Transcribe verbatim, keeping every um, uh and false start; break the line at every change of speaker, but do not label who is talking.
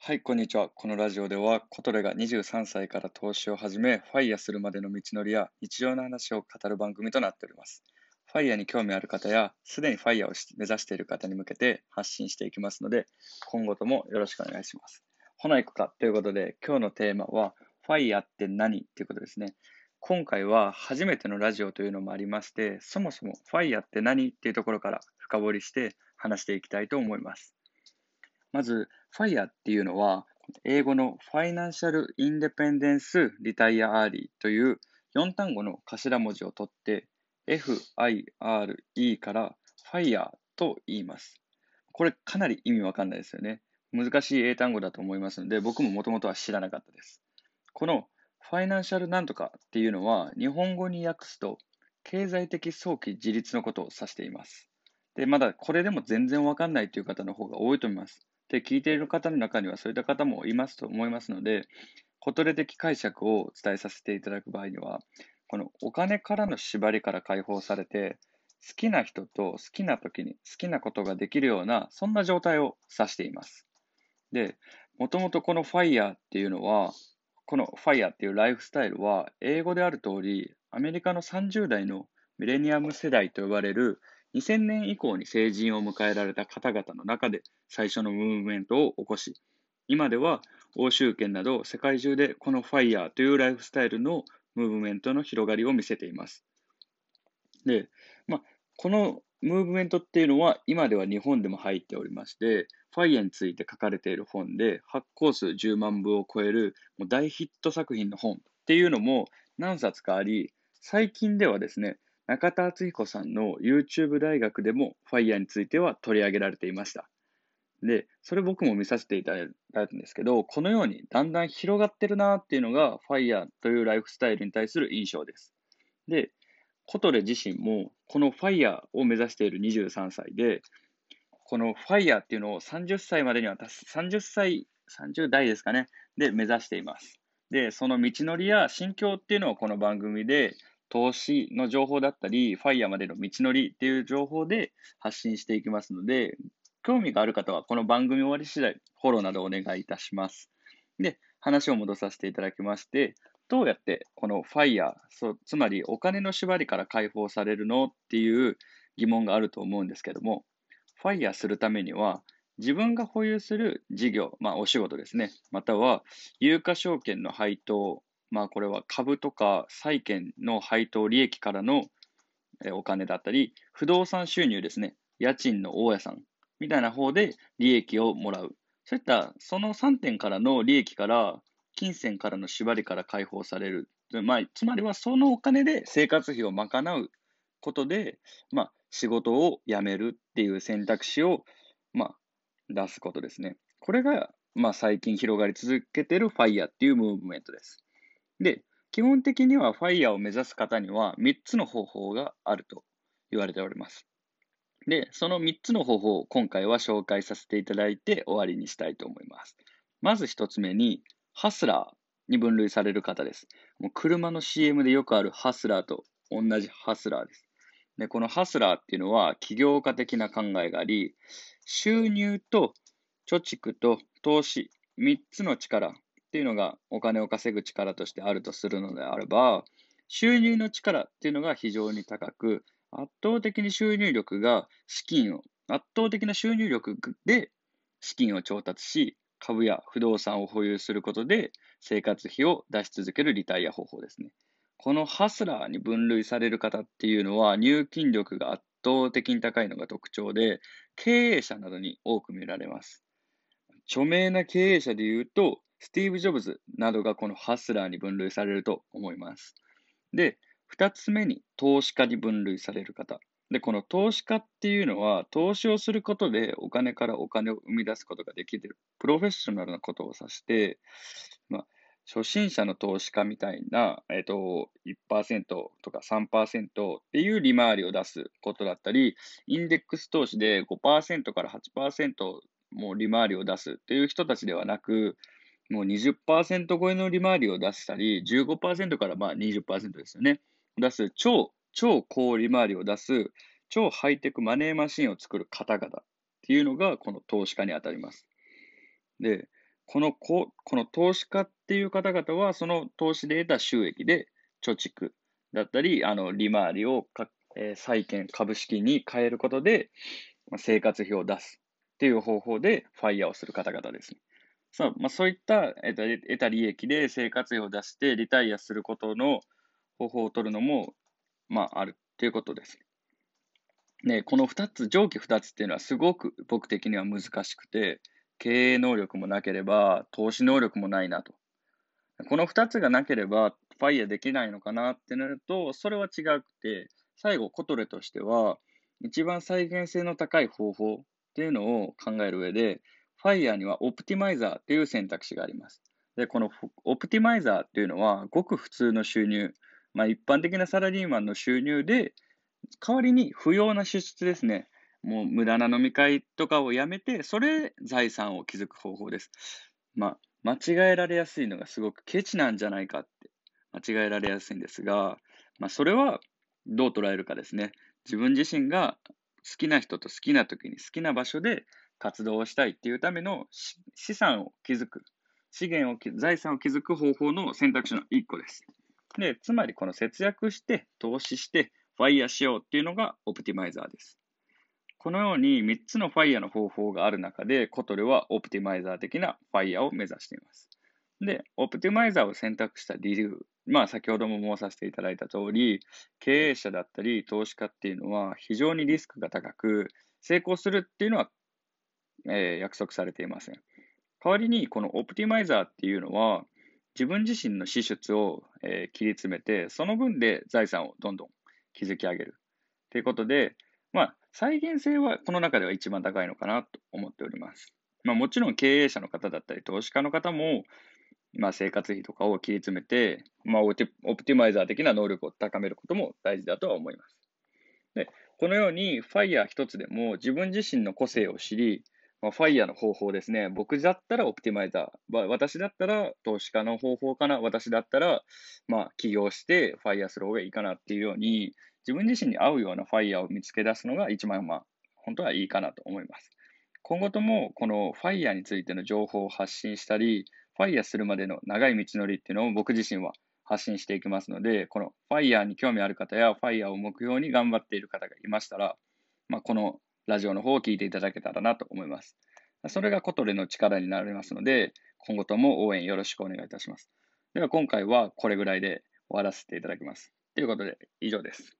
はい、こんにちは。このラジオでは、コトレがにじゅうさんさいから投資を始め、ファイヤーするまでの道のりや日常の話を語る番組となっております。ファイヤーに興味ある方や、すでにファイヤーをし目指している方に向けて発信していきますので、今後ともよろしくお願いします。ほな行くかということで、今日のテーマは、ファイヤーって何ということですね。今回は初めてのラジオというのもありまして、そもそもファイヤーって何っていうところから深掘りして話していきたいと思います。まず、ファイアっていうのは、英語のファイナンシャルインデペンデンスリタイアアーリーというよん単語の頭文字を取って、エフアイアールイー からファイヤーと言います。これかなり意味わかんないですよね。難しい英単語だと思いますので、僕ももともとは知らなかったです。このファイナンシャルなんとかっていうのは、日本語に訳すと、経済的早期自立のことを指しています。で、まだこれでも全然わかんないという方の方が多いと思います。で、聞いている方の中にはそういった方もいますと思いますので、コトレ的解釈を伝えさせていただく場合には、このお金からの縛りから解放されて、好きな人と好きな時に好きなことができるような、そんな状態を指しています。で、もともとこのファイヤーっていうのは、このファイヤーっていうライフスタイルは、英語である通り、アメリカのさんじゅう代のミレニアム世代と呼ばれるにせんねん以降に成人を迎えられた方々の中で最初のムーブメントを起こし、今では欧州圏など世界中でこのファイヤーというライフスタイルのムーブメントの広がりを見せています。で、まあ、このムーブメントっていうのは今では日本でも入っておりまして、ファイヤーについて書かれている本で発行数じゅうまん部を超えるもう大ヒット作品の本っていうのも何冊かあり、最近ではですね、中田敦彦さんの YouTube 大学でもファイヤーについては取り上げられていました。で、それ僕も見させていただいたんですけど、このようにだんだん広がってるなっていうのがファイヤーというライフスタイルに対する印象です。で、コトレ自身もこのファイヤーを目指しているにじゅうさんさいで、このファイヤーっていうのをさんじゅっさいまでには達す、さんじゅっさい、さんじゅう代ですかね、で目指しています。で、その道のりや心境っていうのをこの番組で投資の情報だったり、ファイヤーまでの道のりっていう情報で発信していきますので、興味がある方はこの番組終わり次第、フォローなどお願いいたします。で、話を戻させていただきまして、どうやってこのファイヤー、そうつまりお金の縛りから解放されるのっていう疑問があると思うんですけども、ファイヤーするためには、自分が保有する事業、まあお仕事ですね、または有価証券の配当、まあこれは株とか債券の配当利益からのえお金だったり、不動産収入ですね、家賃の大家さんみたいな方で利益をもらう。そういったそのさんてんからの利益から、金銭からの縛りから解放される。まあ、つまりはそのお金で生活費を賄うことで、まあ、仕事を辞めるっていう選択肢を、まあ、出すことですね。これが、まあ、最近広がり続けているファイヤーっていうムーブメントです。で、基本的にはファイヤーを目指す方にはみっつの方法があると言われております。で、そのみっつの方法を今回は紹介させていただいて終わりにしたいと思います。まずひとつめに、ハスラーに分類される方です。もう車の シーエム でよくあるハスラーと同じハスラーです。で、このハスラーっていうのは起業家的な考えがあり、収入と貯蓄と投資みっつの力っていうのがお金を稼ぐ力としてあるとするのであれば、収入の力っていうのが非常に高く、圧倒的に収入力が資金を、圧倒的な収入力で資金を調達し、株や不動産を保有することで生活費を出し続けるリタイア方法ですね。このハスラーに分類される方っていうのは入金力が圧倒的に高いのが特徴で、経営者などに多く見られます。著名な経営者で言うと、スティーブ・ジョブズなどがこのハスラーに分類されると思います。で、二つ目に投資家に分類される方。で、この投資家っていうのは、投資をすることでお金からお金を生み出すことができる、プロフェッショナルなことを指して、まあ、初心者の投資家みたいな、えっと、いちパーセントとかさんパーセントっていう利回りを出すことだったり、インデックス投資でごパーセントからはちパーセントもう利回りを出すっていう人たちではなく、もうにじゅっパーセント超えの利回りを出したり、じゅうごパーセントからまあにじゅっパーセントですよね。出す超、超高利回りを出す、超ハイテクマネーマシンを作る方々っていうのがこの投資家に当たります。で、 このこ、この投資家っていう方々は、その投資で得た収益で貯蓄だったり、あの、利回りをか、えー債券、株式に変えることで、まあ、生活費を出すっていう方法でファイヤーをする方々ですね。そう、まあ、そういった、えっと、得た利益で生活費を出してリタイアすることの方法を取るのも、まあ、あるっていうことです。ね、このふたつ、上記ふたつっていうのはすごく僕的には難しくて、経営能力もなければ投資能力もないなと。このふたつがなければファイヤーできないのかなってなると、それは違くて、最後、コトレとしては、一番再現性の高い方法っていうのを考える上で、ファイヤーにはオプティマイザーっていう選択肢があります。で、このオプティマイザーっていうのは、ごく普通の収入、まあ一般的なサラリーマンの収入で、代わりに不要な支出ですね。もう無駄な飲み会とかをやめて、それで財産を築く方法です。まあ、間違えられやすいのがすごくケチなんじゃないかって間違えられやすいんですが、まあ、それはどう捉えるかですね。自分自身が好きな人と好きな時に好きな場所で活動をしたいっていうための資産を築く、資源を、財産を築く方法の選択肢の一個です。で、つまりこの節約して、投資して、ファイヤーしようっていうのがオプティマイザーです。このようにみっつのファイヤーの方法がある中で、コトレはオプティマイザー的なファイヤーを目指しています。で、オプティマイザーを選択した理由、まあ先ほども申させていただいた通り、経営者だったり投資家っていうのは非常にリスクが高く、成功するっていうのは、えー約束されていません。代わりに、このオプティマイザーっていうのは、自分自身の支出を、えー切り詰めて、その分で財産をどんどん築き上げる。ということで、まあ、再現性はこの中では一番高いのかなと思っております。まあ、もちろん経営者の方だったり、投資家の方も、まあ、生活費とかを切り詰めて、まあ、オプテオプティマイザー的な能力を高めることも大事だとは思います。で、このように、ファイヤー一つでも自分自身の個性を知り、まあ、ファイヤーの方法ですね。僕だったらオプティマイザー。私だったら投資家の方法かな。私だったら、まあ、起業してファイヤーする方がいいかなっていうように、自分自身に合うようなファイヤーを見つけ出すのが一番、まあ、本当はいいかなと思います。今後とも、このファイヤーについての情報を発信したり、ファイヤーするまでの長い道のりっていうのを僕自身は発信していきますので、このファイヤーに興味ある方や、ファイヤーを目標に頑張っている方がいましたら、まあ、このラジオの方を聞いていただけたらなと思います。それがコトレの力になりますので、今後とも応援よろしくお願いいたします。では今回はこれぐらいで終わらせていただきます。ということで、以上です。